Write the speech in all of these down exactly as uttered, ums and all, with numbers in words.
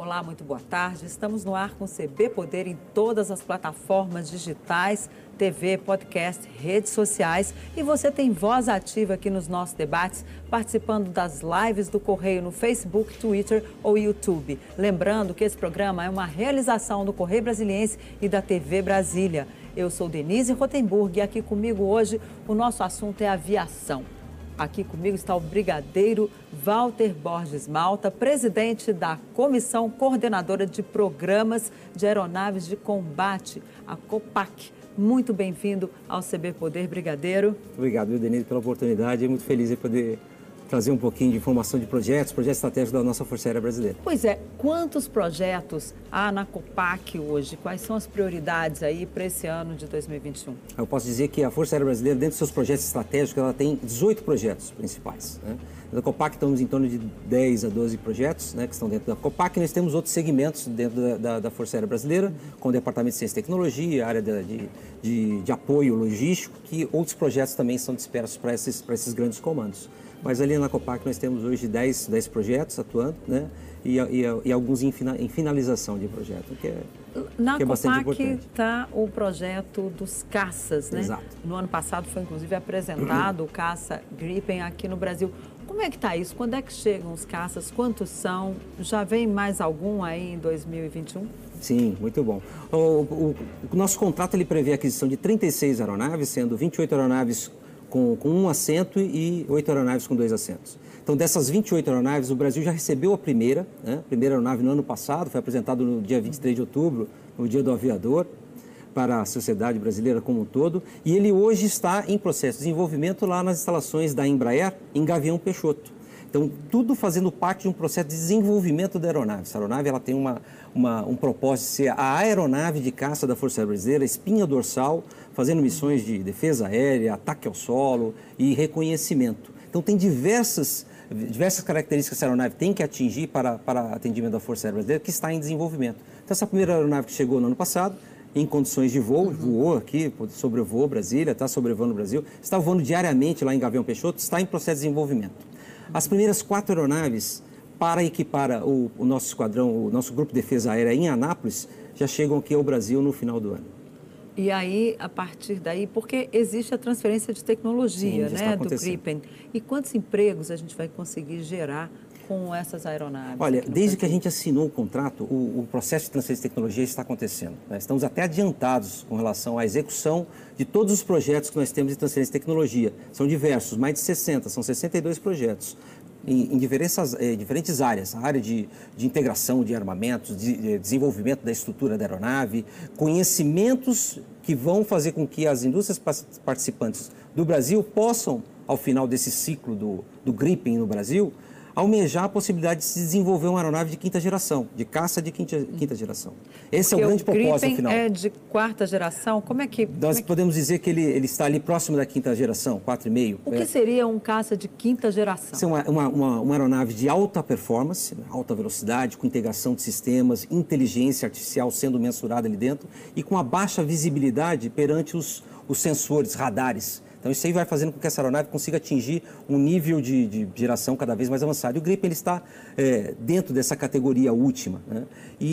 Olá, muito boa tarde. Estamos no ar com C B Poder em todas as plataformas digitais, T V, podcast, redes sociais. E você tem voz ativa aqui nos nossos debates, participando das lives do Correio no Facebook, Twitter ou YouTube. Lembrando que esse programa é uma realização do Correio Brasiliense e da T V Brasília. Eu sou Denise Rotenburg e aqui comigo hoje o nosso assunto é aviação. Aqui comigo está o brigadeiro Walter Borges Malta, presidente da Comissão Coordenadora de Programas de Aeronaves de Combate, a COPAC. Muito bem-vindo ao C B Poder, brigadeiro. Obrigado, Denise, pela oportunidade. É muito feliz em poder trazer um pouquinho de informação de projetos, projetos estratégicos da nossa Força Aérea Brasileira. Pois é, quantos projetos há na COPAC hoje? Quais são as prioridades aí para esse ano de dois mil e vinte e um? Eu posso dizer que a Força Aérea Brasileira, dentro dos seus projetos estratégicos, ela tem dezoito projetos principais, né? Na COPAC estamos em torno de dez a doze projetos, né, que estão dentro da COPAC. Nós temos outros segmentos dentro da, da, da Força Aérea Brasileira, como o Departamento de Ciência e Tecnologia, a área de, de, de, de apoio logístico, que outros projetos também são dispersos para esses, para esses grandes comandos. Mas ali na COPAC nós temos hoje dez, dez projetos atuando, né? E, e, e alguns em, fina, em finalização de projeto, que é, na que é bastante importante. Na COPAC está o projeto dos caças, né? Exato. No ano passado foi inclusive apresentado o caça Gripen aqui no Brasil. Como é que está isso? Quando é que chegam os caças? Quantos são? Já vem mais algum aí em dois mil e vinte e um? Sim, muito bom. O, o, o nosso contrato ele prevê a aquisição de trinta e seis aeronaves, sendo vinte e oito aeronaves com, com um assento e oito aeronaves com dois assentos. Então, dessas vinte e oito aeronaves, o Brasil já recebeu a primeira, né? A primeira aeronave no ano passado, foi apresentada no dia vinte e três de outubro, no Dia do Aviador, para a sociedade brasileira como um todo, e ele hoje está em processo de desenvolvimento lá nas instalações da Embraer, em Gavião Peixoto. Então, tudo fazendo parte de um processo de desenvolvimento da aeronave. Essa aeronave ela tem uma, uma, um propósito de ser a aeronave de caça da Força Aérea Brasileira, espinha dorsal, fazendo missões de defesa aérea, ataque ao solo e reconhecimento. Então, tem diversas, diversas características que essa aeronave tem que atingir para, para atendimento da Força Aérea Brasileira, que está em desenvolvimento. Então, essa primeira aeronave que chegou no ano passado, em condições de voo, voou aqui, sobrevoou Brasília, está sobrevoando o Brasil, está voando diariamente lá em Gavião Peixoto, está em processo de desenvolvimento. As primeiras quatro aeronaves para equipar o, o nosso esquadrão, o nosso grupo de defesa aérea em Anápolis, já chegam aqui ao Brasil no final do ano. E aí, a partir daí, porque existe a transferência de tecnologia, Sim, né, do Gripen. E quantos empregos a gente vai conseguir gerar com essas aeronaves? Olha, desde que a gente assinou o contrato, o, o processo de transferência de tecnologia está acontecendo. Nós estamos até adiantados com relação à execução de todos os projetos que nós temos de transferência de tecnologia. São diversos, mais de sessenta, são sessenta e dois projetos. Em, em diferentes, eh, diferentes áreas, a área de, de integração de armamentos, de, de desenvolvimento da estrutura da aeronave, conhecimentos que vão fazer com que as indústrias participantes do Brasil possam, ao final desse ciclo do, do Gripen no Brasil, almejar a possibilidade de se desenvolver uma aeronave de quinta geração, de caça de quinta, quinta geração. Esse Porque é o grande o propósito final. É de quarta geração? Como é que... Nós é que... podemos dizer que ele, ele está ali próximo da quinta geração, quatro e meio. O que é. seria um caça de quinta geração? Isso é uma, uma, uma, uma aeronave de alta performance, alta velocidade, com integração de sistemas, inteligência artificial sendo mensurada ali dentro e com a baixa visibilidade perante os, os sensores, radares. Então, isso aí vai fazendo com que essa aeronave consiga atingir um nível de, de geração cada vez mais avançado. E o Gripen ele está é, dentro dessa categoria última, né?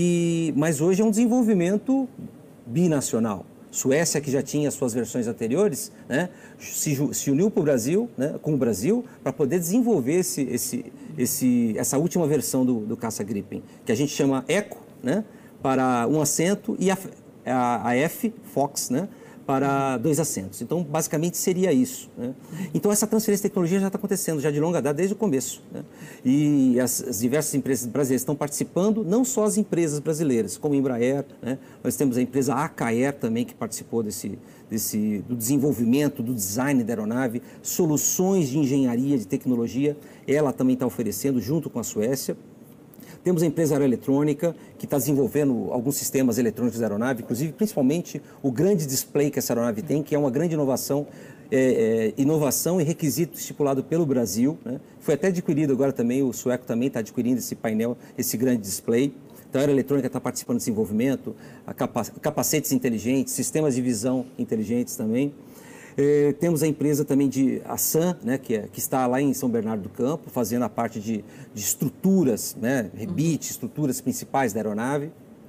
E, mas hoje é um desenvolvimento binacional. Suécia, que já tinha suas versões anteriores, né, se, se uniu para o Brasil, né, com o Brasil, para poder desenvolver esse, esse, esse, essa última versão do, do caça Gripen, que a gente chama Eco, né, para um assento, e a, a, a F, Fox, né, para dois assentos. Então, basicamente, seria isso, né? Então, essa transferência de tecnologia já está acontecendo, já de longa data, desde o começo, né? E as, as diversas empresas brasileiras estão participando, não só as empresas brasileiras, como a Embraer, né? Nós temos a empresa Acaer também, que participou desse, desse, do desenvolvimento, do design da aeronave, soluções de engenharia, de tecnologia, ela também está oferecendo, junto com a Suécia. Temos a empresa aeroeletrônica, que está desenvolvendo alguns sistemas eletrônicos da aeronave, inclusive, principalmente, o grande display que essa aeronave tem, que é uma grande inovação, é, é, inovação e requisito estipulado pelo Brasil, né? Foi até adquirido agora também, o sueco também está adquirindo esse painel, esse grande display. Então, a aeroeletrônica está participando do desenvolvimento, a capacetes inteligentes, sistemas de visão inteligentes também. É, temos a empresa também de a SAM, né, que, é, que está lá em São Bernardo do Campo, fazendo a parte de, de estruturas, né, rebite, uhum. estruturas principais da aeronave.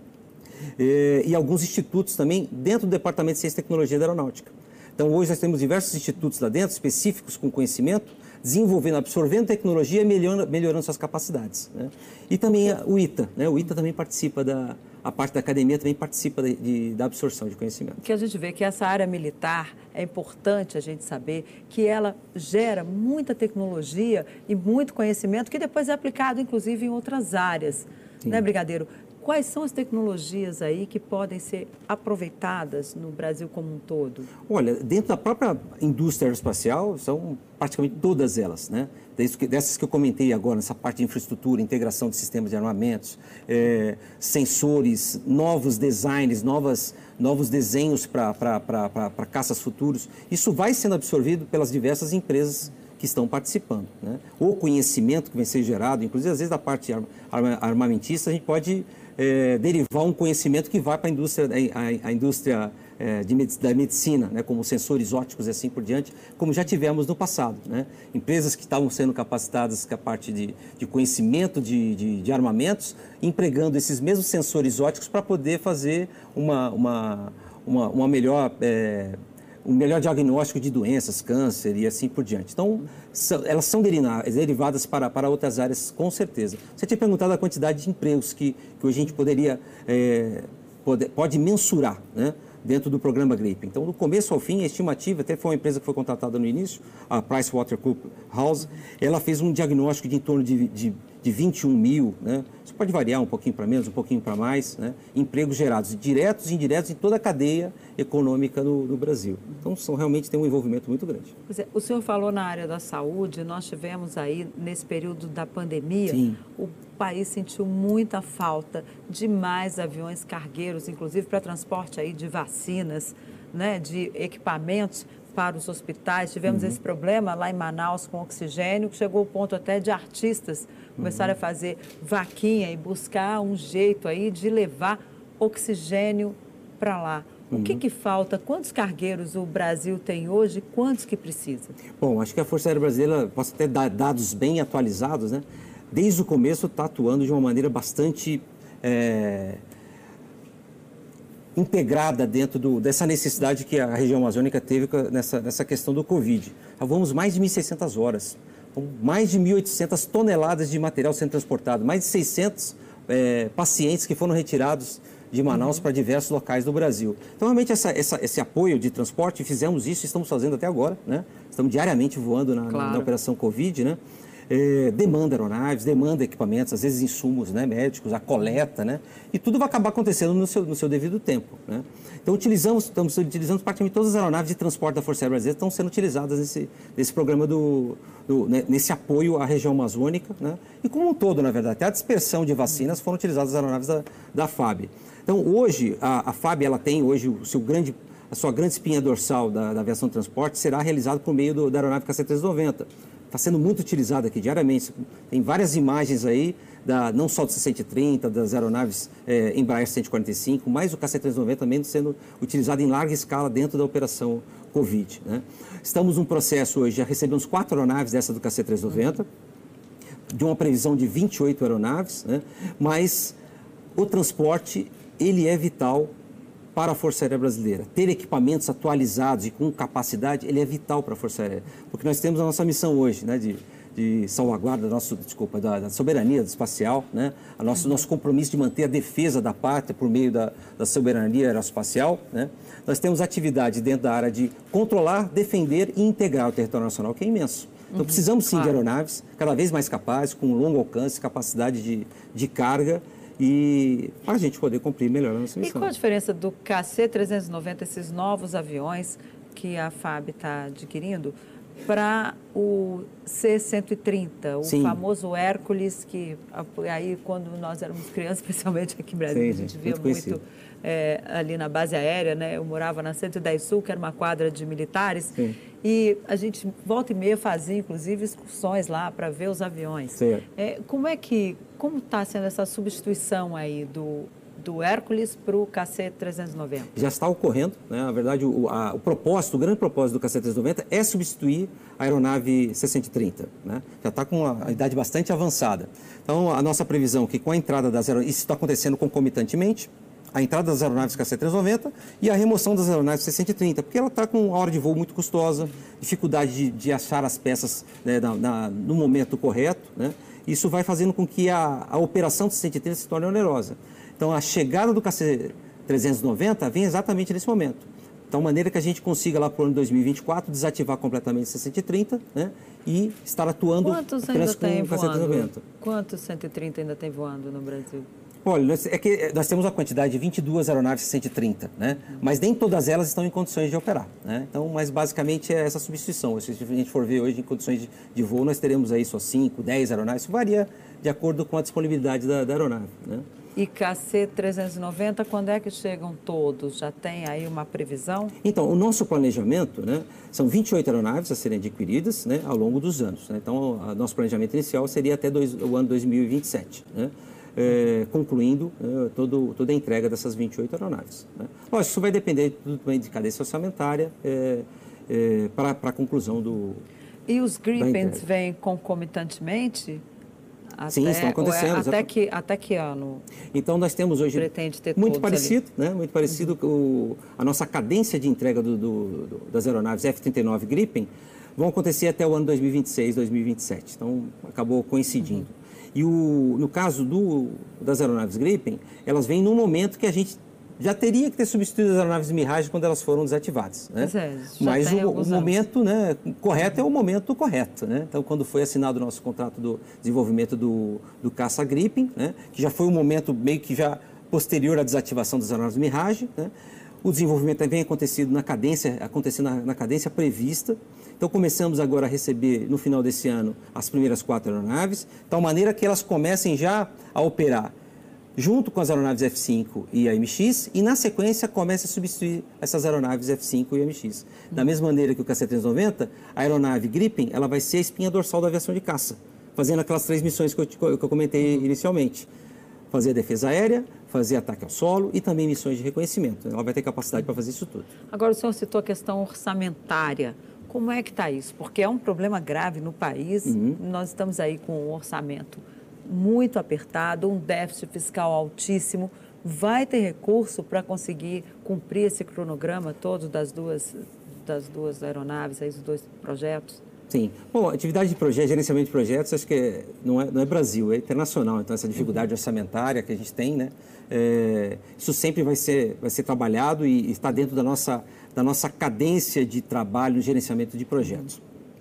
É, e alguns institutos também dentro do Departamento de Ciência e Tecnologia da Aeronáutica. Então, hoje nós temos diversos institutos lá dentro, específicos com conhecimento, desenvolvendo, absorvendo tecnologia e melhorando, melhorando suas capacidades. Né? E também o ITA, né? O ITA também participa da... A parte da academia também participa de, de, da absorção de conhecimento. Que a gente vê que essa área militar, é importante a gente saber que ela gera muita tecnologia e muito conhecimento que depois é aplicado, inclusive, em outras áreas. Sim. Né, Brigadeiro? Quais são as tecnologias aí que podem ser aproveitadas no Brasil como um todo? Olha, dentro da própria indústria aeroespacial, são praticamente todas elas, né? Dessas que eu comentei agora, nessa parte de infraestrutura, integração de sistemas de armamentos, é, sensores, novos designs, novas, novos desenhos para caças futuros, isso vai sendo absorvido pelas diversas empresas que estão participando, né? O conhecimento que vai ser gerado, inclusive às vezes da parte armamentista, a gente pode é, derivar um conhecimento que vai para a indústria, a, a indústria é, de, da medicina, né? Como sensores ópticos e assim por diante, como já tivemos no passado, né? Empresas que estavam sendo capacitadas com a parte de, de conhecimento de, de, de armamentos, empregando esses mesmos sensores ópticos para poder fazer uma, uma, uma, uma melhor... É, um melhor diagnóstico de doenças, câncer e assim por diante. Então, são, elas são derivadas para, para outras áreas, com certeza. Você tinha perguntado a quantidade de empregos que, que hoje a gente poderia, é, pode, pode mensurar, né, dentro do programa GRIP. Então, do começo ao fim, a estimativa, até foi uma empresa que foi contratada no início, a PricewaterhouseCoopers, ela fez um diagnóstico de em torno de, de, de vinte e um mil, né? Isso pode variar um pouquinho para menos, um pouquinho para mais, né? Empregos gerados, diretos e indiretos, em toda a cadeia econômica no, no Brasil. Então, são, realmente tem um envolvimento muito grande. Pois é, o senhor falou na área da saúde, nós tivemos aí, nesse período da pandemia, Sim. o país sentiu muita falta de mais aviões cargueiros, inclusive para transporte aí de vacinas, né, de equipamentos para os hospitais. Tivemos uhum. esse problema lá em Manaus com oxigênio, que chegou ao ponto até de artistas começarem uhum. a fazer vaquinha e buscar um jeito aí de levar oxigênio para lá. O uhum. que que falta? Quantos cargueiros o Brasil tem hoje? Quantos que precisa? Bom, acho que a Força Aérea Brasileira, posso até dar dados bem atualizados, né? Desde o começo está atuando de uma maneira bastante é, integrada dentro do, dessa necessidade que a região amazônica teve nessa, nessa questão do Covid. Vamos mais de mil e seiscentas horas, mais de mil e oitocentas toneladas de material sendo transportado, mais de seiscentos é, pacientes que foram retirados de Manaus uhum. para diversos locais do Brasil. Então, realmente, essa, essa, esse apoio de transporte, fizemos isso, estamos fazendo até agora, né? Estamos diariamente voando na, claro. na, na Operação Covid, né? É, demanda aeronaves, demanda equipamentos, às vezes insumos, né, médicos, a coleta, né, e tudo vai acabar acontecendo no seu, no seu devido tempo, né. Então, utilizamos, estamos utilizando praticamente todas as aeronaves de transporte da Força Aérea Brasileira estão sendo utilizadas nesse, nesse programa, do, do, né, nesse apoio à região amazônica, né, e como um todo, na verdade, até a dispersão de vacinas foram utilizadas as aeronaves da, da F A B. Então, hoje, a, a F A B, ela tem hoje o seu grande, a sua grande espinha dorsal da, da aviação de transporte será realizada por meio do, da aeronave K C trezentos e noventa. Está sendo muito utilizada aqui diariamente. Tem várias imagens aí, da, não só do C cento e trinta, das aeronaves é, Embraer cento e quarenta e cinco, mas o K C trezentos e noventa também sendo utilizado em larga escala dentro da operação Covid, né? Estamos num processo hoje, já recebemos quatro aeronaves dessa do K C trezentos e noventa, de uma previsão de vinte e oito aeronaves, né? Mas o transporte, ele é vital para a Força Aérea Brasileira. Ter equipamentos atualizados e com capacidade, ele é vital para a Força Aérea. Porque nós temos a nossa missão hoje, né, de, de salvaguarda da, nossa, desculpa, da, da soberania espacial, né, a nosso, nosso compromisso de manter a defesa da pátria por meio da, da soberania aeroespacial, né. Nós temos atividade dentro da área de controlar, defender e integrar o território nacional, que é imenso. Então, uhum, precisamos sim claro. de aeronaves cada vez mais capazes, com longo alcance, capacidade de, de carga, e para a gente poder cumprir melhor a nossa missão. E qual a diferença do K C trezentos e noventa, esses novos aviões que a F A B está adquirindo, para o C cento e trinta, o Sim. famoso Hércules, que aí quando nós éramos crianças, especialmente aqui em Brasília, Sim, a gente via muito, muito é, ali na base aérea, né? Eu morava na cento e dez Sul, que era uma quadra de militares, Sim. e a gente volta e meia fazia, inclusive, excursões lá para ver os aviões. É, como é que, como está sendo essa substituição aí do, do Hércules para o K C trezentos e noventa? Já está ocorrendo, né? Na verdade, o, a, o propósito, o grande propósito do K C trezentos e noventa é substituir a aeronave C cento e trinta, né? Já está com uma idade bastante avançada. Então, a nossa previsão é que com a entrada das aeronaves, isso está acontecendo concomitantemente, a entrada das aeronaves K C trezentos e noventa e a remoção das aeronaves C cento e trinta, porque ela está com uma hora de voo muito custosa, dificuldade de, de achar as peças, né, na, na, no momento correto, né? Isso vai fazendo com que a, a operação de C cento e trinta se torne onerosa. Então, a chegada do K C trezentos e noventa vem exatamente nesse momento. Então, de maneira que a gente consiga lá para o ano dois mil e vinte e quatro desativar completamente o C cento e trinta, né, e estar atuando Quantos apenas ainda com tem o K C trezentos e noventa. voando? Quantos cento e trinta ainda tem voando no Brasil? Olha, nós, é que nós temos uma quantidade de vinte e duas aeronaves C cento e trinta, né? Mas nem todas elas estão em condições de operar, né? Então, mas basicamente é essa substituição. Se a gente for ver hoje em condições de, de voo, nós teremos aí só cinco, dez aeronaves. Isso varia de acordo com a disponibilidade da, da aeronave, né? E K C trezentos e noventa, quando é que chegam todos? Já tem aí uma previsão? Então, o nosso planejamento, né, são vinte e oito aeronaves a serem adquiridas, né, ao longo dos anos, né? Então, o nosso planejamento inicial seria até dois, o ano dois mil e vinte e sete, né? É, concluindo é, todo, toda a entrega dessas vinte e oito aeronaves, né? Lógico, isso vai depender também de cadência orçamentária é, é, para a conclusão do... E os Gripens vêm concomitantemente? Até, Sim, estão acontecendo. É, até, que, até que ano? Então, nós temos hoje pretende ter muito todos parecido, ali. né? Muito parecido com o, a nossa cadência de entrega do, do, do, das aeronaves F trinta e nove Gripen vão acontecer até o ano dois mil e vinte e seis, dois mil e vinte e sete. Então, acabou coincidindo. Uhum. E o, no caso do, das aeronaves Gripen, elas vêm num momento que a gente já teria que ter substituído as aeronaves Mirage quando elas foram desativadas, né? É, mas o, o momento, né, correto é o momento correto, né? Então, quando foi assinado o nosso contrato do desenvolvimento do, do caça Gripen, né, que já foi um momento meio que já posterior à desativação das aeronaves Mirage, né? O desenvolvimento também acontecido na cadência, acontecendo na, na cadência prevista. Então, começamos agora a receber, no final desse ano, as primeiras quatro aeronaves, de tal maneira que elas comecem já a operar junto com as aeronaves F cinco e a M X, e na sequência comece a substituir essas aeronaves F cinco e M X. Da mesma maneira que o K C trezentos e noventa, a aeronave Gripen, ela vai ser a espinha dorsal da aviação de caça, fazendo aquelas três missões que eu, que eu comentei inicialmente. Fazer a defesa aérea, fazer ataque ao solo e também missões de reconhecimento. Ela vai ter capacidade para fazer isso tudo. Agora, o senhor citou a questão orçamentária. Como é que está isso? Porque é um problema grave no país. Uhum. Nós estamos aí com um orçamento muito apertado, um déficit fiscal altíssimo. Vai ter recurso para conseguir cumprir esse cronograma todo das duas, das duas aeronaves, aí, dos dois projetos? Sim. Bom, atividade de projetos, gerenciamento de projetos, acho que é, não, é, não é Brasil, é internacional. Então, essa dificuldade orçamentária que a gente tem, né? É, isso sempre vai ser, vai ser trabalhado e, e está dentro da nossa, da nossa cadência de trabalho no gerenciamento de projetos.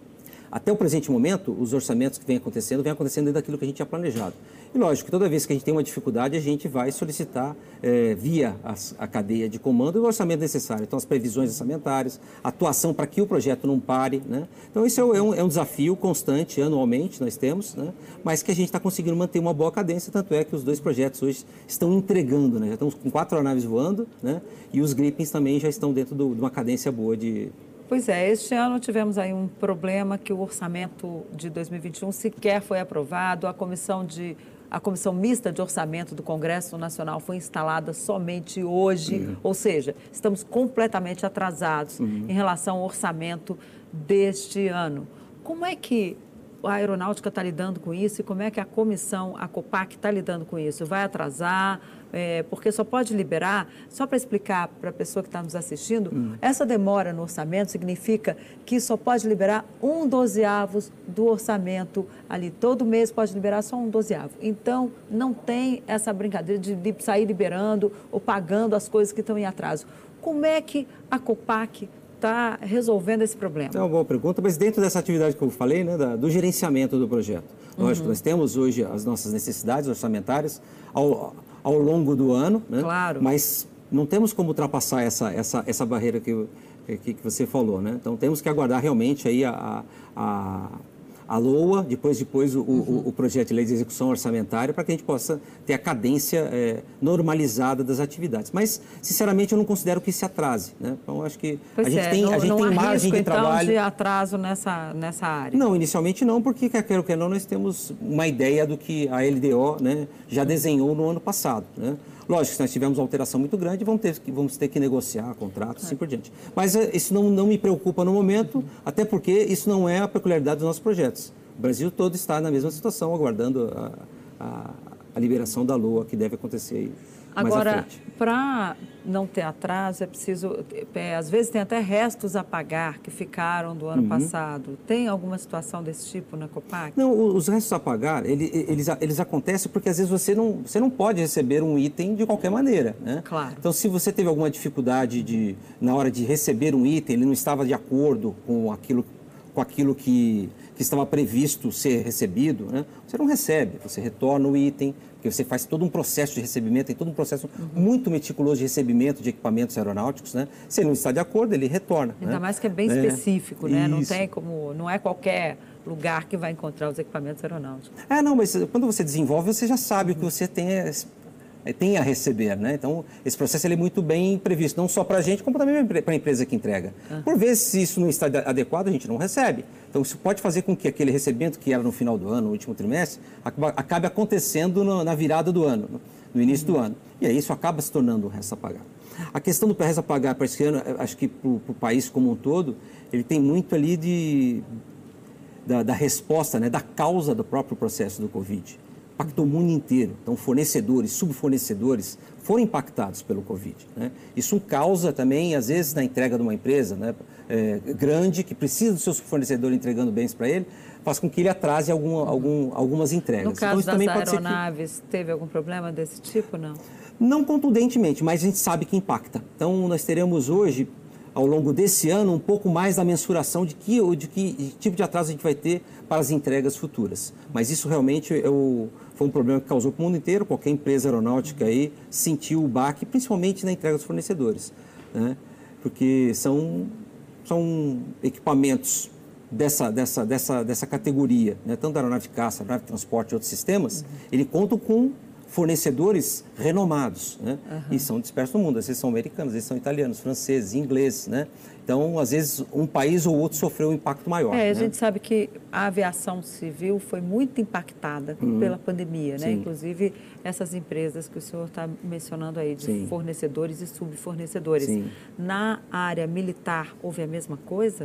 Até o presente momento, os orçamentos que vêm acontecendo, vêm acontecendo dentro daquilo que a gente tinha planejado. E, lógico, toda vez que a gente tem uma dificuldade, a gente vai solicitar, é, via a, a cadeia de comando, o orçamento necessário. Então, as previsões orçamentárias, atuação para que o projeto não pare, né? Então, isso é um, é um desafio constante, anualmente, nós temos, né? Mas que a gente está conseguindo manter uma boa cadência, tanto é que os dois projetos hoje estão entregando, né? Já estamos com quatro aeronaves voando, né? E os Gripens também já estão dentro do, de uma cadência boa de... Pois é, este ano tivemos aí um problema que o orçamento de dois mil e vinte e um sequer foi aprovado, a comissão, de, a comissão mista de orçamento do Congresso Nacional foi instalada somente hoje, uhum. Ou seja, estamos completamente atrasados uhum. em relação ao orçamento deste ano. Como é que a aeronáutica está lidando com isso e como é que a comissão, a COPAC, está lidando com isso? Vai atrasar? É, porque só pode liberar, só para explicar para a pessoa que está nos assistindo, hum. essa demora no orçamento significa que só pode liberar um dozeavos do orçamento ali. Todo mês pode liberar só um dozeavo. Então, não tem essa brincadeira de, de sair liberando ou pagando as coisas que estão em atraso. Como é que a COPAC está resolvendo esse problema? É uma boa pergunta, mas dentro dessa atividade que eu falei, né, da, do gerenciamento do projeto. Lógico, uhum. nós temos hoje as nossas necessidades orçamentárias ao, ao longo do ano, né? Claro. Mas não temos como ultrapassar essa, essa, essa barreira que, que, que você falou, né? Então, temos que aguardar realmente aí a, a, a LOA, depois, depois o, uhum. o, o projeto de lei de execução orçamentária, para que a gente possa ter a cadência é, normalizada das atividades. Mas, sinceramente, eu não considero que isso se atrase, né? Então, acho que pois a gente é, tem, não, a gente não tem há margem risco, de então, trabalho. de atraso nessa, nessa área? Não, inicialmente não, porque, quer queira ou quer não, nós temos uma ideia do que a L D O, né, já desenhou no ano passado, né? Lógico, se nós tivermos alteração muito grande, vamos ter que, vamos ter que negociar contratos, assim por diante. Mas uh, isso não, não me preocupa no momento, uhum. até porque isso não é a peculiaridade dos nossos projetos. O Brasil todo está na mesma situação, aguardando a, a, a liberação da LOA, que deve acontecer aí. Agora, para não ter atraso, é preciso, é, às vezes tem até restos a pagar que ficaram do ano uhum. passado. Tem alguma situação desse tipo na Copac? Não, os restos a pagar, eles, eles, eles acontecem porque às vezes você não, você não pode receber um item de qualquer maneira, né? Claro. Então, se você teve alguma dificuldade de, na hora de receber um item, ele não estava de acordo com aquilo, com aquilo que, que estava previsto ser recebido, né? Você não recebe, você retorna o item, porque você faz todo um processo de recebimento, tem todo um processo uhum. muito meticuloso de recebimento de equipamentos aeronáuticos, né? Se ele não está de acordo, ele retorna. Ainda né? mais que é bem é. específico, né? Isso. Não tem como, não é qualquer lugar que vai encontrar os equipamentos aeronáuticos. É, não, mas quando você desenvolve, você já sabe uhum. o que você tem a, tem a receber, né? Então, esse processo ele é muito bem previsto, não só para a gente, como também para a empresa que entrega. Uhum. Por vezes, se isso não está adequado, a gente não recebe. Então, isso pode fazer com que aquele recebimento que era no final do ano, no último trimestre, acabe acontecendo no, na virada do ano, no início uhum. do ano. E aí isso acaba se tornando um resto a pagar. A questão do resto a pagar para esse ano, acho que para o país como um todo, ele tem muito ali de, da, da resposta, né, da causa do próprio processo do Covid. Impactou o mundo inteiro. Então, fornecedores, subfornecedores foram impactados pelo Covid. Né? Isso causa também, às vezes, na entrega de uma empresa né, é, grande, que precisa do seu fornecedor entregando bens para ele, faz com que ele atrase algum, algum, algumas entregas. No caso então, das aeronaves, que... teve algum problema desse tipo, não? Não contundentemente, mas a gente sabe que impacta. Então, nós teremos hoje, ao longo desse ano, um pouco mais da mensuração de que, de que tipo de atraso a gente vai ter para as entregas futuras. Mas isso realmente é o, foi um problema que causou para o mundo inteiro. Qualquer empresa aeronáutica aí sentiu o baque, principalmente na entrega dos fornecedores, né? Porque são, são equipamentos dessa, dessa, dessa, dessa categoria, né? Tanto da aeronave de caça, aeronave de transporte e outros sistemas, uhum. ele conta com fornecedores renomados, né? Uhum. E são dispersos no mundo. Às vezes são americanos, às vezes são italianos, franceses, ingleses, né? Então, às vezes, um país ou outro sofreu um impacto maior. É, né? a gente sabe que a aviação civil foi muito impactada uhum. pela pandemia, né? Sim. Inclusive, essas empresas que o senhor está mencionando aí, de Sim. fornecedores e subfornecedores. Sim. Na área militar, houve a mesma coisa?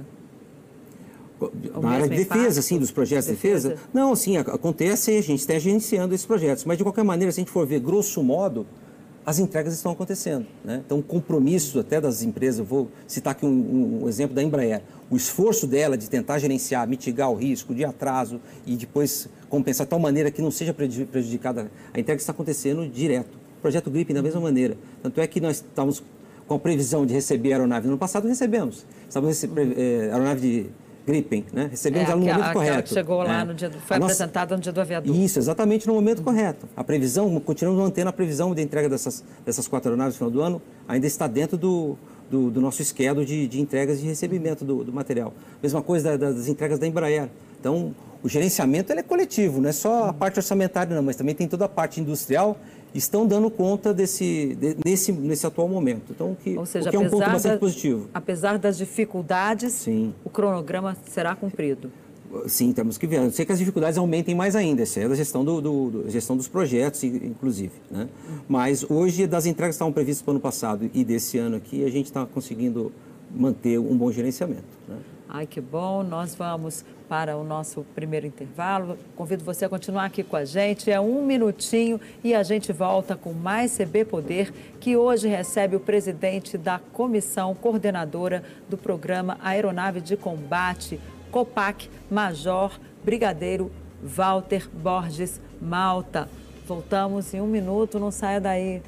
Na área de defesa, sim, dos projetos de defesa? defesa? Não, sim, acontece, a gente está gerenciando esses projetos, mas de qualquer maneira, se a gente for ver grosso modo, as entregas estão acontecendo, né? Então, o compromisso até das empresas, eu vou citar aqui um, um exemplo da Embraer, o esforço dela de tentar gerenciar, mitigar o risco de atraso e depois compensar de tal maneira que não seja prejudicada, a entrega está acontecendo direto. O projeto Gripen da mesma maneira, tanto é que nós estávamos com a previsão de receber a aeronave no ano passado, recebemos, estávamos recebendo é, aeronave de Gripen, né? Recebemos é, ela no momento a, correto. Que chegou lá, é. no dia do, foi apresentada nossa... no dia do aviador. Isso, exatamente no momento uhum. correto. A previsão, continuamos mantendo a previsão de entrega dessas, dessas quatro aeronaves no final do ano, ainda está dentro do, do, do nosso schedule de, de entregas e de recebimento do, do material. Mesma coisa da, das entregas da Embraer. Então, o gerenciamento ele é coletivo, não é só a parte orçamentária, não, mas também tem toda a parte industrial, estão dando conta desse, de, nesse, nesse atual momento. Então, que, Ou seja, o que é um ponto bastante da, positivo. Apesar das dificuldades, Sim. o cronograma será cumprido. Sim, temos que ver. Eu sei que as dificuldades aumentem mais ainda, isso é da gestão, do, do, do, gestão dos projetos, inclusive. Né? Mas hoje, das entregas que estavam previstas para o ano passado e desse ano aqui, a gente está conseguindo manter um bom gerenciamento. Né? Ai, que bom. Nós vamos para o nosso primeiro intervalo. Convido você a continuar aqui com a gente. É um minutinho e a gente volta com mais C B Poder, que hoje recebe o presidente da comissão coordenadora do programa Aeronave de Combate, Copac, Major Brigadeiro Walter Borges Malta. Voltamos em um minuto, não saia daí.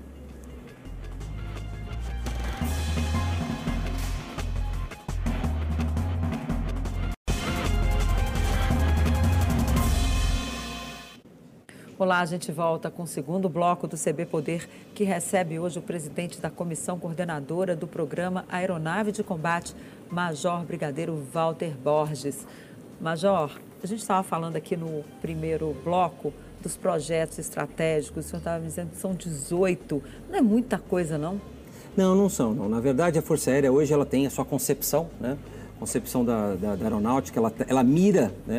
Olá, a gente volta com o segundo bloco do C B Poder, que recebe hoje o presidente da comissão coordenadora do programa Aeronave de Combate, Major Brigadeiro Walter Borges. Major, a gente estava falando aqui no primeiro bloco dos projetos estratégicos, o senhor estava me dizendo que são dezoito, não é muita coisa, não? Não, não são, não. Na verdade, a Força Aérea hoje ela tem a sua concepção, né? Concepção da, da, da aeronáutica, ela, ela mira, né?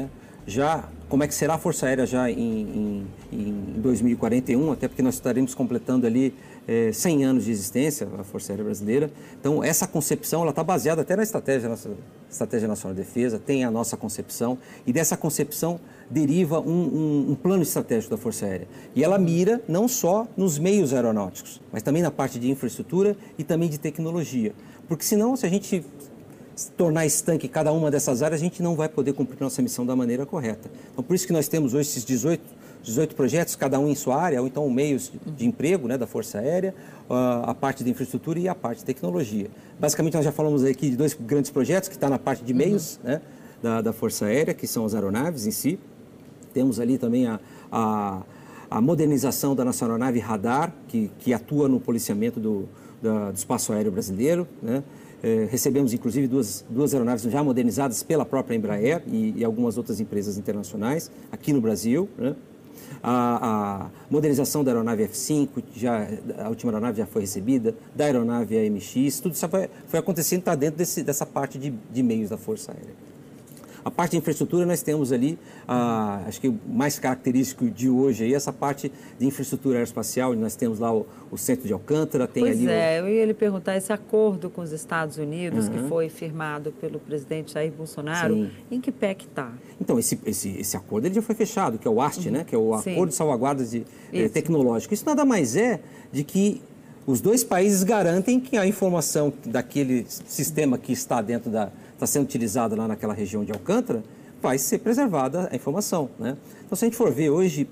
já como é que será a Força Aérea já em, em, em dois mil e quarenta e um, até porque nós estaremos completando ali é, cem anos de existência, a Força Aérea Brasileira. Então, essa concepção ela está baseada até na estratégia, nossa Estratégia Nacional de Defesa, tem a nossa concepção, e dessa concepção deriva um, um, um plano estratégico da Força Aérea. E ela mira não só nos meios aeronáuticos, mas também na parte de infraestrutura e também de tecnologia. Porque senão, se a gente tornar estanque cada uma dessas áreas, a gente não vai poder cumprir nossa missão da maneira correta. Então, por isso que nós temos hoje esses dezoito, dezoito projetos, cada um em sua área, ou então meios de emprego, né, da Força Aérea, a parte de infraestrutura e a parte de tecnologia. Basicamente, nós já falamos aqui de dois grandes projetos, que está na parte de meios, uhum. né, da, da Força Aérea, que são as aeronaves em si. Temos ali também a, a, a modernização da nossa aeronave Radar, que, que atua no policiamento do, da, do espaço aéreo brasileiro, né? É, recebemos, inclusive, duas, duas aeronaves já modernizadas pela própria Embraer e, e algumas outras empresas internacionais aqui no Brasil, né? A, a modernização da aeronave F cinco, já, a última aeronave já foi recebida, da aeronave A M X, tudo isso foi, foi acontecendo, está dentro desse, dessa parte de, de meios da Força Aérea. A parte de infraestrutura, nós temos ali, ah, acho que o mais característico de hoje, aí, essa parte de infraestrutura aeroespacial, nós temos lá o, o centro de Alcântara, tem pois ali... Pois é, o... eu ia lhe perguntar, esse acordo com os Estados Unidos, uhum. que foi firmado pelo presidente Jair Bolsonaro, sim. em que pé que está? Então, esse, esse, esse acordo ele já foi fechado, que é o A S T, uhum. né, que é o sim. Acordo de Salvaguardas de, eh, Tecnológico. Isso nada mais é de que os dois países garantem que a informação daquele sistema que está dentro da... está sendo utilizado lá naquela região de Alcântara, vai ser preservada a informação, né? Então, se a gente for ver hoje,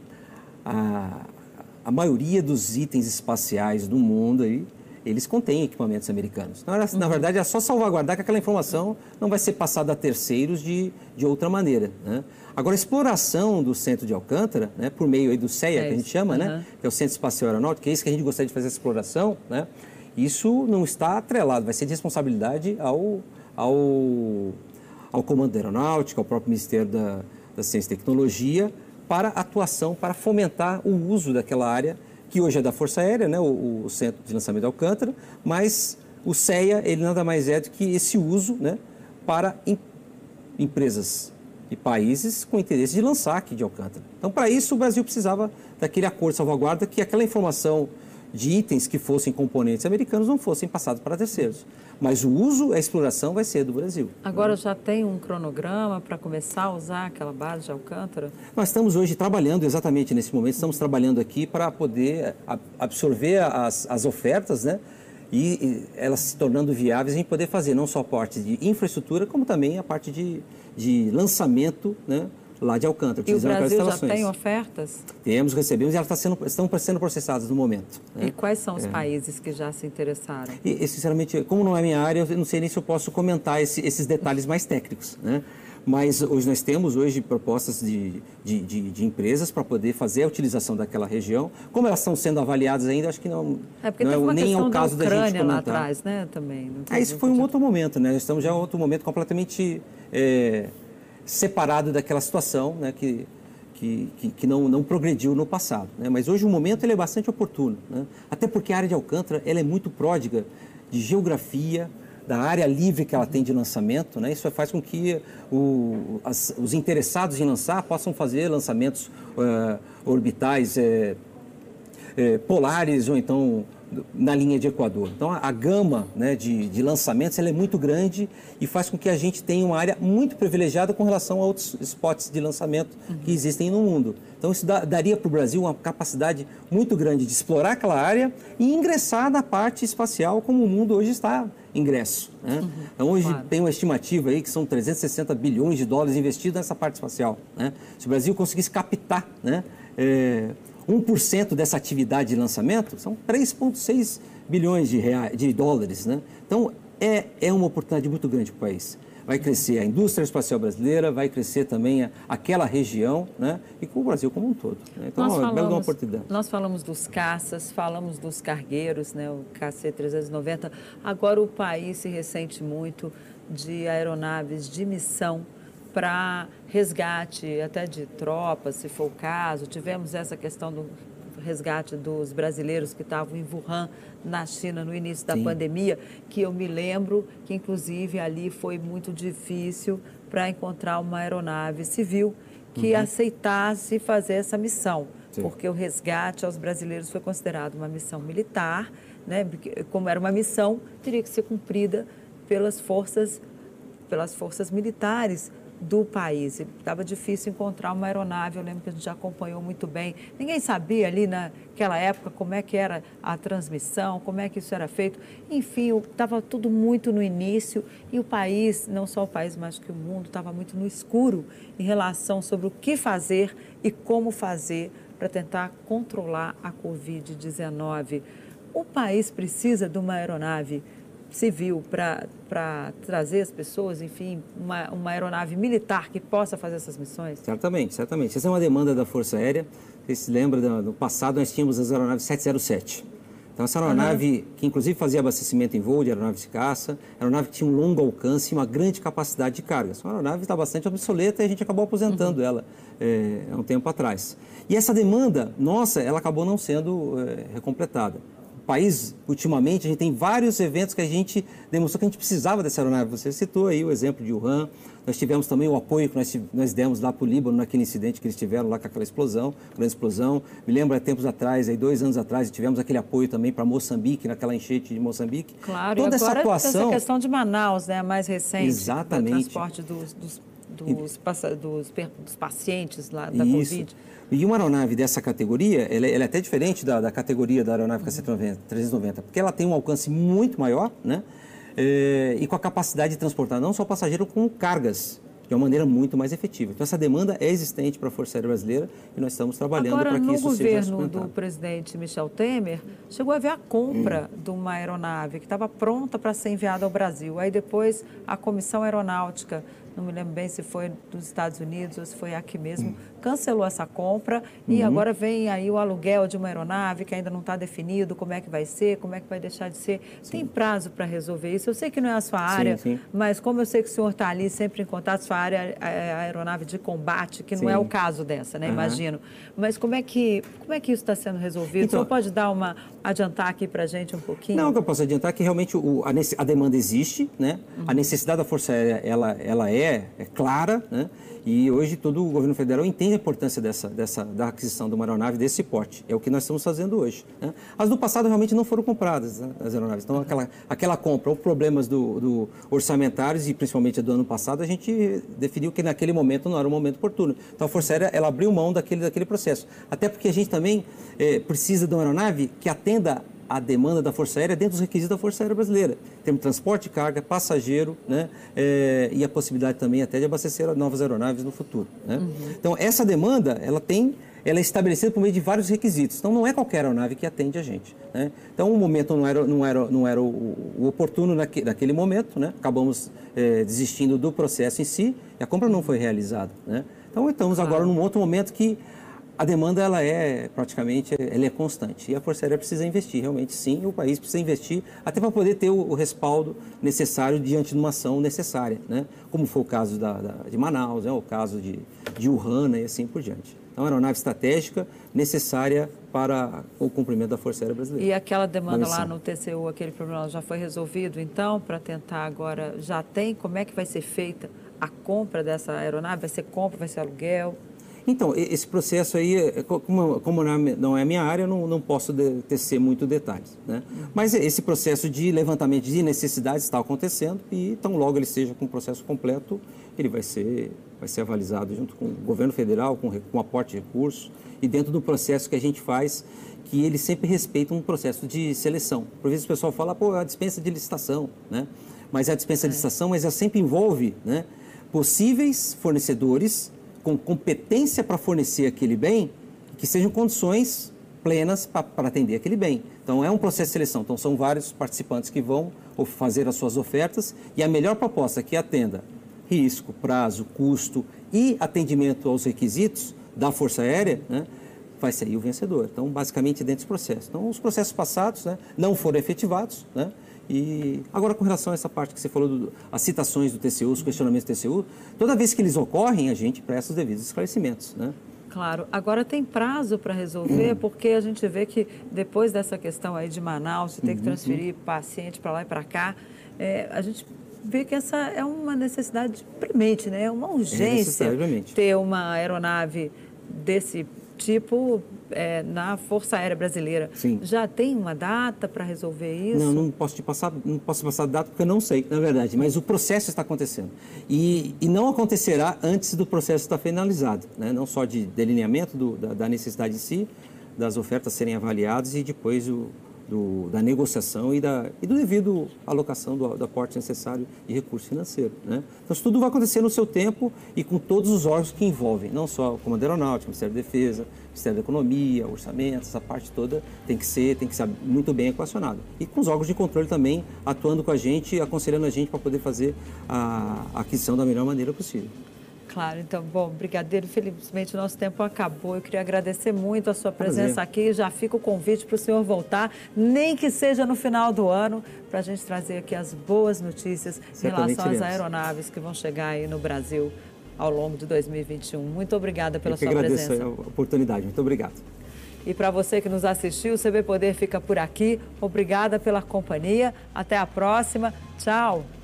a, a maioria dos itens espaciais do mundo, aí, eles contêm equipamentos americanos. Na, na verdade, é só salvaguardar que aquela informação não vai ser passada a terceiros de, de outra maneira, né? Agora, a exploração do centro de Alcântara, né, por meio aí do CEA, é que a gente chama, uhum. né, que é o Centro Espacial Aeronáutico, que é isso que a gente gostaria de fazer essa exploração, né? Isso não está atrelado, vai ser de responsabilidade ao... ao ao Comando da Aeronáutica, ao próprio Ministério da, da Ciência e Tecnologia, para atuação, para fomentar o uso daquela área, que hoje é da Força Aérea, né, o, o Centro de Lançamento de Alcântara, mas o CEA, ele nada mais é do que esse uso, né, para em, empresas e países com interesse de lançar aqui de Alcântara. Então, para isso, o Brasil precisava daquele acordo de salvaguarda, que aquela informação de itens que fossem componentes americanos não fossem passados para terceiros. Mas o uso, a exploração vai ser do Brasil. Agora já tem um cronograma para começar a usar aquela base de Alcântara? Nós estamos hoje trabalhando, exatamente nesse momento, estamos trabalhando aqui para poder absorver as, as ofertas, né? E, e elas se tornando viáveis, a gente poder fazer não só a parte de infraestrutura, como também a parte de, de lançamento, né, lá de Alcântara. E o Brasil já tem ofertas? Temos, recebemos e elas estão sendo, estão sendo processadas no momento. Né? E quais são os é. países que já se interessaram? E, sinceramente, como não é minha área, eu não sei nem se eu posso comentar esse, esses detalhes mais técnicos, né? Mas hoje nós temos hoje propostas de, de, de, de empresas para poder fazer a utilização daquela região. Como elas estão sendo avaliadas ainda, acho que não é, porque não é nem é o caso da, da gente comentar. Lá atrás, né, também. Ah, isso foi um outro momento, né? Estamos já em outro momento completamente é, separado daquela situação, né, que, que, que, que não, não progrediu no passado, né? Mas hoje o momento ele é bastante oportuno, né? Até porque a área de Alcântara ela é muito pródiga de geografia, da área livre que ela tem de lançamento, né? Isso faz com que o, as, os interessados em lançar possam fazer lançamentos uh, orbitais uh, uh, polares ou então na linha de Equador. Então, a, a gama, né, de, de lançamentos ela é muito grande e faz com que a gente tenha uma área muito privilegiada com relação a outros spots de lançamento uhum. que existem no mundo. Então, isso dá, daria para o Brasil uma capacidade muito grande de explorar aquela área e ingressar na parte espacial como o mundo hoje está ingresso. Né? Uhum. Então, hoje claro. Tem uma estimativa aí que são trezentos e sessenta bilhões de dólares investidos nessa parte espacial. Né? Se o Brasil conseguisse captar, né, é, um por cento dessa atividade de lançamento, são três vírgula seis bilhões de, reais, de dólares. Né? Então, é, é uma oportunidade muito grande para o país. Vai crescer a indústria espacial brasileira, vai crescer também a, aquela região, né? E com o Brasil como um todo. Né? Então, nós é uma bela oportunidade. Nós falamos dos caças, falamos dos cargueiros, né? O K C trezentos e noventa. Agora o país se ressente muito de aeronaves de missão para resgate até de tropas, se for o caso. Tivemos essa questão do resgate dos brasileiros que estavam em Wuhan, na China, no início da Sim. pandemia, que eu me lembro que, inclusive, ali foi muito difícil para encontrar uma aeronave civil que uhum. aceitasse fazer essa missão, Sim. porque o resgate aos brasileiros foi considerado uma missão militar, né? Como era uma missão, teria que ser cumprida pelas forças, pelas forças militares do país. Estava difícil encontrar uma aeronave, eu lembro que a gente já acompanhou muito bem. Ninguém sabia ali naquela época como é que era a transmissão, como é que isso era feito. Enfim, estava tudo muito no início e o país, não só o país, mas que o mundo, estava muito no escuro em relação sobre o que fazer e como fazer para tentar controlar a covid dezenove. O país precisa de uma aeronave civil para trazer as pessoas, enfim, uma, uma aeronave militar que possa fazer essas missões? Certamente, certamente. Essa é uma demanda da Força Aérea. Você se lembra, no passado nós tínhamos as aeronaves sete zero sete. Então, essa aeronave, uhum. que inclusive fazia abastecimento em voo de aeronaves de caça, aeronave que tinha um longo alcance e uma grande capacidade de carga. Essa aeronave está bastante obsoleta e a gente acabou aposentando uhum. ela é, há um tempo atrás. E essa demanda nossa, ela acabou não sendo é, recompletada. O país, ultimamente, a gente tem vários eventos que a gente demonstrou que a gente precisava dessa aeronave. Você citou aí o exemplo de Wuhan, nós tivemos também o apoio que nós, nós demos lá para o Líbano, naquele incidente que eles tiveram lá com aquela explosão, grande explosão. Me lembro, há tempos atrás, aí, dois anos atrás, tivemos aquele apoio também para Moçambique, naquela enchente de Moçambique. Claro, toda e agora essa atuação... essa questão de Manaus, né, a mais recente, Exatamente. do transporte dos, dos, dos, e... dos, dos pacientes lá da Isso. Covid. E uma aeronave dessa categoria, ela, ela é até diferente da, da categoria da aeronave uhum. trezentos e noventa, porque ela tem um alcance muito maior, né? É, e com a capacidade de transportar não só passageiro, como cargas, de uma maneira muito mais efetiva. Então, essa demanda é existente para a Força Aérea Brasileira e nós estamos trabalhando para que isso seja Agora, no governo do presidente Michel Temer, chegou a haver a compra hum. de uma aeronave que estava pronta para ser enviada ao Brasil. Aí, depois, a Comissão Aeronáutica, não me lembro bem se foi dos Estados Unidos ou se foi aqui mesmo, hum. cancelou essa compra e uhum. agora vem aí o aluguel de uma aeronave que ainda não está definido como é que vai ser, como é que vai deixar de ser. Sim. Tem prazo para resolver isso? Eu sei que não é a sua área, sim, sim. mas como eu sei que o senhor está ali sempre em contato, sua área é a aeronave de combate, que não sim. é o caso dessa, né? Uhum. Imagino. Mas como é que, como é que isso está sendo resolvido? Então, o senhor pode dar uma, adiantar aqui para a gente um pouquinho? Não, o que eu posso adiantar é que realmente o, a, a demanda existe, né? Uhum. A necessidade da Força Aérea, ela, ela é É, é clara, né? E hoje todo o governo federal entende a importância dessa, dessa, da aquisição de uma aeronave desse porte. É o que nós estamos fazendo hoje, né? As do passado realmente não foram compradas, né, as aeronaves. Então, aquela, aquela compra, ou problemas do, do orçamentários, e principalmente do ano passado, a gente definiu que naquele momento não era o momento oportuno. Então, a Força Aérea, ela abriu mão daquele, daquele processo. Até porque a gente também é, precisa de uma aeronave que atenda a demanda da Força Aérea dentro dos requisitos da Força Aérea Brasileira. Temos transporte de carga, passageiro, né? É, e a possibilidade também até de abastecer novas aeronaves no futuro, né? Uhum. Então, essa demanda, ela tem, ela é estabelecida por meio de vários requisitos. Então, não é qualquer aeronave que atende a gente, né? Então, o momento não era, não era, não era o, o oportuno naque, naquele momento, né? Acabamos é, desistindo do processo em si e a compra não foi realizada, né? Então, estamos claro. agora num outro momento que a demanda, ela é praticamente, ela é constante. E a Força Aérea precisa investir, realmente sim, o país precisa investir, até para poder ter o, o respaldo necessário diante de uma ação necessária, né? Como foi o caso da, da, de Manaus, né? O caso de, de Wuhan, né? E assim por diante. Então, é uma aeronave estratégica necessária para o cumprimento da Força Aérea Brasileira. E aquela demanda lá no T C U, aquele problema já foi resolvido, então, para tentar agora, já tem, como é que vai ser feita a compra dessa aeronave? Vai ser compra, vai ser aluguel? Então, esse processo aí, como, como não é a minha área, eu não, não posso de, tecer muito detalhes, né? Mas esse processo de levantamento de necessidades está acontecendo e, tão logo ele esteja com o processo completo, ele vai ser, vai ser avalizado junto com o governo federal, com, com aporte de recursos e dentro do processo que a gente faz, que ele sempre respeita um processo de seleção. Por vezes o pessoal fala, pô, a dispensa de licitação, né? Mas a dispensa de licitação, mas ela sempre envolve, né, possíveis fornecedores com competência para fornecer aquele bem, que sejam condições plenas para atender aquele bem. Então, é um processo de seleção. Então, são vários participantes que vão fazer as suas ofertas e a melhor proposta que atenda risco, prazo, custo e atendimento aos requisitos da Força Aérea, né, vai ser o vencedor. Então, basicamente, dentro desse processo. Então, os processos passados, né, não foram efetivados, né? E agora, com relação a essa parte que você falou, do, as citações do T C U, os questionamentos do T C U, toda vez que eles ocorrem, a gente presta os devidos esclarecimentos, né? Claro. Agora tem prazo para resolver, porque a gente vê que depois dessa questão aí de Manaus, de ter que transferir paciente para lá e para cá, é, a gente vê que essa é uma necessidade premente, né? É uma urgência é ter uma aeronave desse tipo é, na Força Aérea Brasileira. Sim. Já tem uma data para resolver isso? Não, não posso te passar, não posso passar data porque eu não sei, na verdade, mas o processo está acontecendo. E, e não acontecerá antes do processo estar finalizado, né? Não só de delineamento do, da, da necessidade em si, das ofertas serem avaliadas e depois o, do, da negociação e, da, e do devido alocação do, do aporte necessário de recurso financeiro, né? Então, isso tudo vai acontecer no seu tempo e com todos os órgãos que envolvem, não só o Comando Aeronáutico, o Ministério da Defesa, o Ministério da Economia, o Orçamento, essa parte toda tem que ser, tem que ser muito bem equacionada. E com os órgãos de controle também atuando com a gente, aconselhando a gente para poder fazer a aquisição da melhor maneira possível. Claro, então, bom, brigadeiro, infelizmente o nosso tempo acabou. Eu queria agradecer muito a sua presença Prazer. aqui. Já fica o convite para o senhor voltar, nem que seja no final do ano, para a gente trazer aqui as boas notícias em Certamente relação às iremos. aeronaves que vão chegar aí no Brasil ao longo de dois mil e vinte e um. Muito obrigada pela Eu que sua agradeço presença. a oportunidade. Muito obrigado. E para você que nos assistiu, o C B Poder fica por aqui. Obrigada pela companhia. Até a próxima. Tchau.